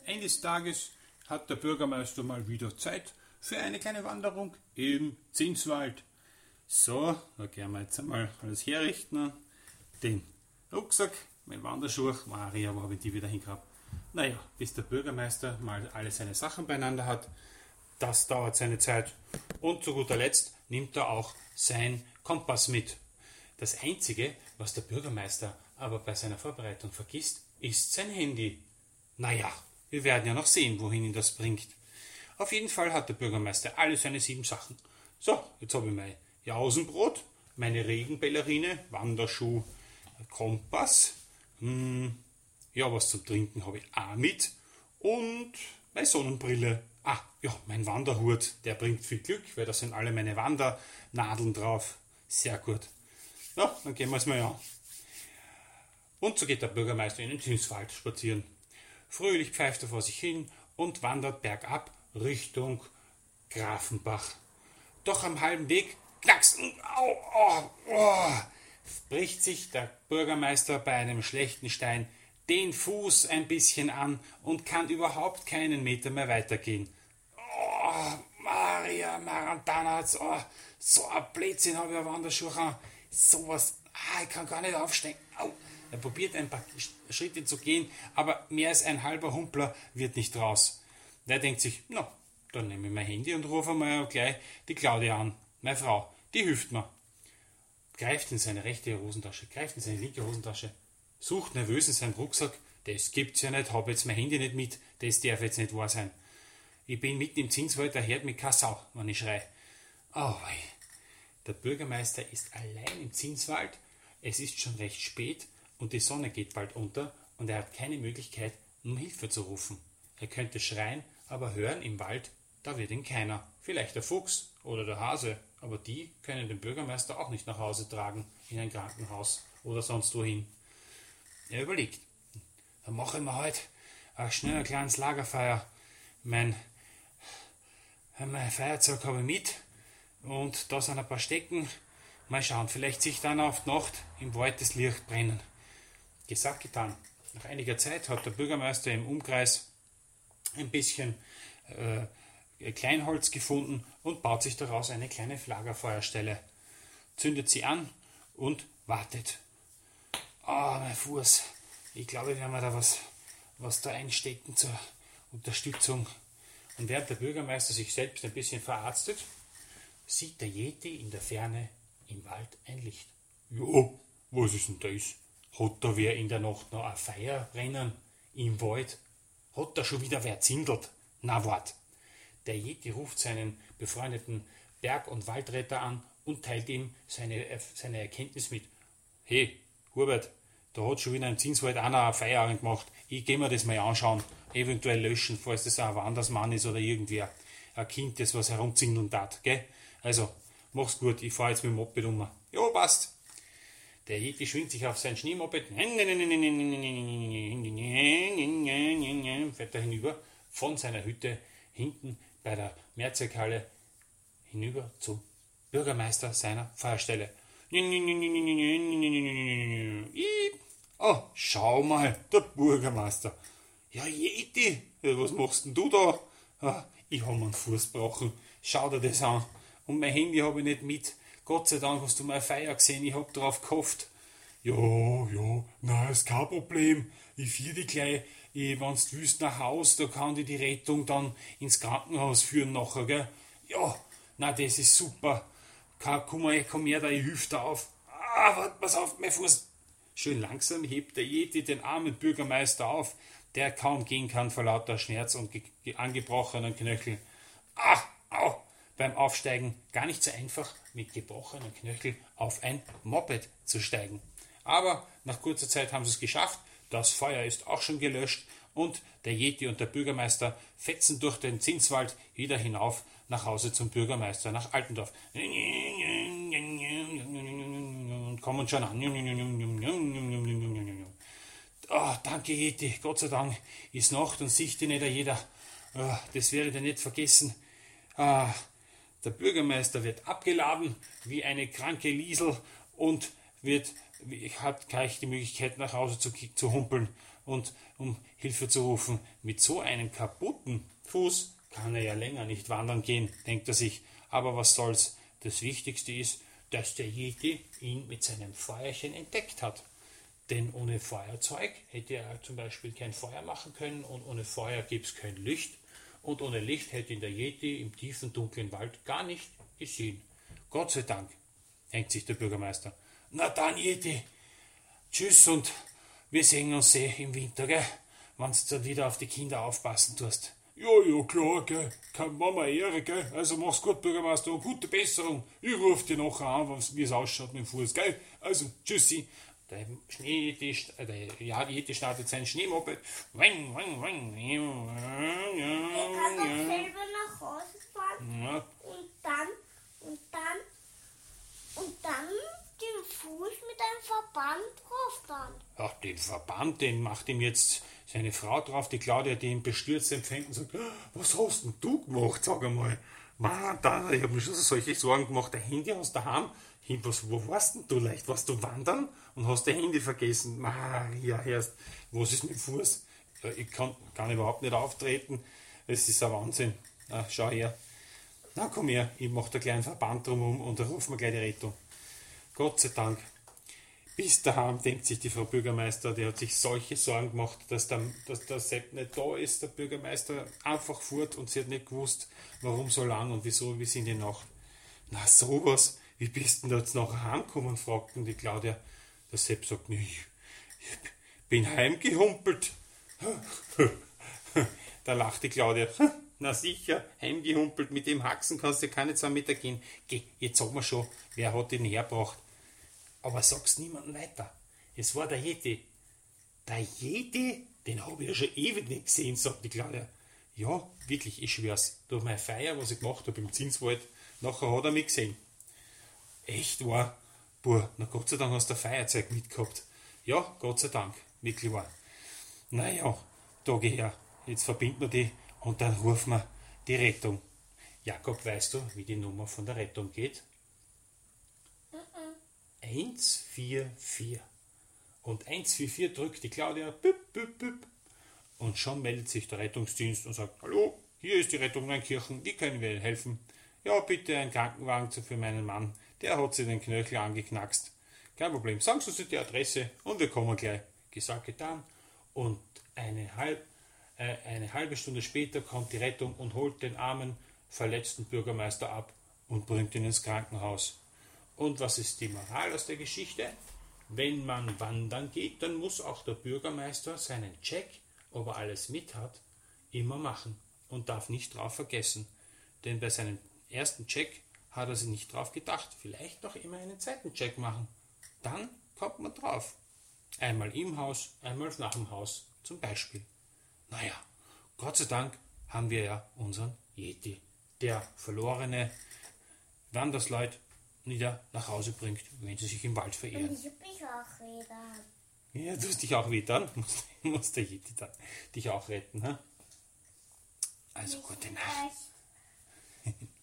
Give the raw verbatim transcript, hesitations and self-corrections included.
Eines Tages hat der Bürgermeister mal wieder Zeit für eine kleine Wanderung im Zinswald. So, da gehen wir jetzt einmal alles herrichten. Den Rucksack, mein Wanderschuh, Maria, wo habe ich die wieder hingehabt? Naja, bis der Bürgermeister mal alle seine Sachen beieinander hat, das dauert seine Zeit. Und zu guter Letzt nimmt er auch sein Kompass mit. Das Einzige, was der Bürgermeister aber bei seiner Vorbereitung vergisst, ist sein Handy. Naja, wir werden ja noch sehen, wohin ihn das bringt. Auf jeden Fall hat der Bürgermeister alle seine sieben Sachen. So, jetzt habe ich mein Jausenbrot, meine Regenballerine, Wanderschuh, Kompass, hm, ja, was zum Trinken habe ich auch mit und meine Sonnenbrille. Ah, ja, mein Wanderhut, der bringt viel Glück, weil da sind alle meine Wandernadeln drauf. Sehr gut. Ja, dann gehen wir es mal an. Und so geht der Bürgermeister in den Zinswald spazieren. Fröhlich pfeift er vor sich hin und wandert bergab Richtung Grafenbach. Doch am halben Weg knackst, au, au, au, bricht sich der Bürgermeister bei einem schlechten Stein den Fuß ein bisschen an und kann überhaupt keinen Meter mehr weitergehen. Oh, Maria Marantana, oh, so ein Blödsinn habe ich auf Wanderschuhe an. Sowas, ah, ich kann gar nicht aufstehen. Au. Er probiert ein paar Schritte zu gehen, aber mehr als ein halber Humpler wird nicht raus. Der denkt sich, na, dann nehme ich mein Handy und rufe mal gleich die Claudia an, meine Frau, die hilft mir. Greift in seine rechte Hosentasche, greift in seine linke Hosentasche, sucht nervös in seinem Rucksack, das gibt's ja nicht, habe jetzt mein Handy nicht mit, das darf jetzt nicht wahr sein. Ich bin mitten im Zinswald, da hört mich keine Sau, wenn ich schrei. Oh, wei. Der Bürgermeister ist allein im Zinswald, es ist schon recht spät und die Sonne geht bald unter und er hat keine Möglichkeit, um Hilfe zu rufen. Er könnte schreien, aber hören im Wald, da wird ihn keiner. Vielleicht der Fuchs oder der Hase, aber die können den Bürgermeister auch nicht nach Hause tragen, in ein Krankenhaus oder sonst wohin. Er überlegt, dann mache ich mir heute ein schnell ein kleines Lagerfeuer. Mein, mein Feuerzeug habe ich mit und da sind ein paar Stecken. Mal schauen, vielleicht sich dann auf die Nacht im Wald das Licht brennen. Gesagt, getan. Nach einiger Zeit hat der Bürgermeister im Umkreis ein bisschen äh, Kleinholz gefunden und baut sich daraus eine kleine Lagerfeuerstelle. Zündet sie an und wartet. Ah, oh, mein Fuß. Ich glaube, wir werden da was, was da einstecken zur Unterstützung. Und während der Bürgermeister sich selbst ein bisschen verarztet, sieht der Yeti in der Ferne im Wald ein Licht. Ja, was ist denn das? Hat da wer in der Nacht noch ein Feuer brennen im Wald? Hat da schon wieder wer zindelt? Na wart. Der Yeti ruft seinen befreundeten Berg- und Waldretter an und teilt ihm seine, seine Erkenntnis mit. Hey, Hubert, da hat schon wieder im Zinswald einer ein Feuer gemacht. Ich gehe mir das mal anschauen. Eventuell löschen, falls das ein Wandersmann ist oder irgendwer. Ein Kind, das was herumzingeln tat, gell? Also, mach's gut, ich fahre jetzt mit dem Moped um. Jo, passt. Der Yeti schwingt sich auf sein Schneemoped, fährt da hinüber, von seiner Hütte hinten bei der Mehrzweckhalle hinüber zum Bürgermeister seiner Feuerstelle. Oh, schau mal, der Bürgermeister. Ja, Yeti, was machst denn du da? Ah, ich habe mir einen Fuß gebrochen, schau dir das an. Und mein Handy habe ich nicht mit. Gott sei Dank hast du mein Feuer gesehen, ich hab drauf gehofft. Ja, ja, nein, ist kein Problem. Ich führe dich gleich, ich, wenn du willst, nach Haus, da kann die die Rettung dann ins Krankenhaus führen nachher, gell? Ja, na, das ist super. Komm mal, komm her, da, ich hilf dir auf. Ah, warte, pass auf, mein Fuß. Schön langsam hebt der Yeti den armen Bürgermeister auf, der kaum gehen kann vor lauter Schmerz und angebrochenen Knöcheln. Ah, au! Beim Aufsteigen gar nicht so einfach, mit gebrochenen Knöcheln auf ein Moped zu steigen. Aber nach kurzer Zeit haben sie es geschafft, das Feuer ist auch schon gelöscht und der Yeti und der Bürgermeister fetzen durch den Zinswald wieder hinauf nach Hause zum Bürgermeister nach Altendorf. Und kommen schon an. Oh, danke Yeti, Gott sei Dank ist Nacht und sieht dich nicht jeder. Oh, das werde ich dir nicht vergessen. Ah, der Bürgermeister wird abgeladen wie eine kranke Liesel und wird, hat gleich die Möglichkeit nach Hause zu, zu humpeln. und um Hilfe zu rufen. Mit so einem kaputten Fuß kann er ja länger nicht wandern gehen, denkt er sich. Aber was soll's? Das Wichtigste ist, dass der Yeti ihn mit seinem Feuerchen entdeckt hat. Denn ohne Feuerzeug hätte er zum Beispiel kein Feuer machen können und ohne Feuer gibt es kein Licht. Und ohne Licht hätte ihn der Yeti im tiefen, dunklen Wald gar nicht gesehen. Gott sei Dank, denkt sich der Bürgermeister. Na dann, Yeti, tschüss und wir sehen uns eh im Winter, gell? Wenn du dann wieder auf die Kinder aufpassen tust. Ja, ja, klar, gell. Kann Mama Ehre, gell. Also mach's gut, Bürgermeister, und gute Besserung. Ich rufe dir nachher an, wie es ausschaut mit dem Fuß, gell. Also, tschüssi. Der Schnee, die, äh, der, ja, die Yeti startet sein Schneemoped. Wing, wing, wing. Er kann doch selber nach Hause fahren. Ja. Und dann, und dann, und dann den Fuß mit einem Verband drauf dann. Ach, den Verband, den macht ihm jetzt seine Frau drauf, die Claudia, die ihn bestürzt empfängt und sagt, was hast denn du gemacht, sag einmal. Mann, da, ich habe mir schon solche Sorgen gemacht, dein Handy hast du daheim. Was, wo warst denn du leicht? Warst du wandern und hast dein Handy vergessen? Maria, erst, was ist mit dem Fuß? Ich kann, kann überhaupt nicht auftreten. Es ist ein Wahnsinn. Na, schau her. Na, komm her, ich mache da gleich einen Verband drum und da rufen wir gleich die Rettung. Gott sei Dank. Bis daheim, denkt sich die Frau Bürgermeister, die hat sich solche Sorgen gemacht, dass der, dass der Sepp nicht da ist, der Bürgermeister einfach fort und sie hat nicht gewusst, warum so lang und wieso, wie in die Nacht. Na sowas, wie bist denn da jetzt nachher heimgekommen, fragten die Claudia. Der Sepp sagt, ich, ich bin heimgehumpelt. Da lacht die Claudia. Na sicher, heimgehumpelt, mit dem Haxen kannst du ja keine zwei Meter gehen. Geh, jetzt sag mal schon, wer hat den hergebracht? Aber sag's niemandem weiter. Es war der Yeti. Der Yeti? Den habe ich ja schon ewig nicht gesehen, sagt die Claudia. Ja, wirklich, ich schwör's. Durch meine Feier, was ich gemacht habe im Zinswald, nachher hat er mich gesehen. Echt wahr? Boah, na Gott sei Dank hast du ein Feierzeug mitgehabt. Ja, Gott sei Dank, wirklich wahr. Naja, da geh her. Jetzt verbinden wir die und dann rufen wir die Rettung. Jakob, weißt du, wie die Nummer von der Rettung geht? eins vier vier. Und eins vier vier drückt die Claudia, büpp, büpp, büpp. Und schon meldet sich der Rettungsdienst und sagt, hallo, hier ist die Rettung Neunkirchen, wie können wir Ihnen helfen? Ja, bitte einen Krankenwagen für meinen Mann, der hat sich den Knöchel angeknackst. Kein Problem, sagen Sie uns die Adresse und wir kommen gleich. Gesagt, getan. Und eine, halb, äh, eine halbe Stunde später kommt die Rettung und holt den armen, verletzten Bürgermeister ab und bringt ihn ins Krankenhaus. Und was ist die Moral aus der Geschichte? Wenn man wandern geht, dann muss auch der Bürgermeister seinen Check, ob er alles mit hat, immer machen und darf nicht drauf vergessen. Denn bei seinem ersten Check hat er sich nicht drauf gedacht. Vielleicht noch immer einen zweiten Check machen. Dann kommt man drauf. Einmal im Haus, einmal nach dem Haus zum Beispiel. Naja, Gott sei Dank haben wir ja unseren Yeti, der verlorene Wandersleute wieder nach Hause bringt, wenn sie sich im Wald verehren. Und ich hab mich auch wieder. Ja, du hast dich auch wieder, muss, muss der Yeti dann dich auch retten. Ha? Also gute Nacht.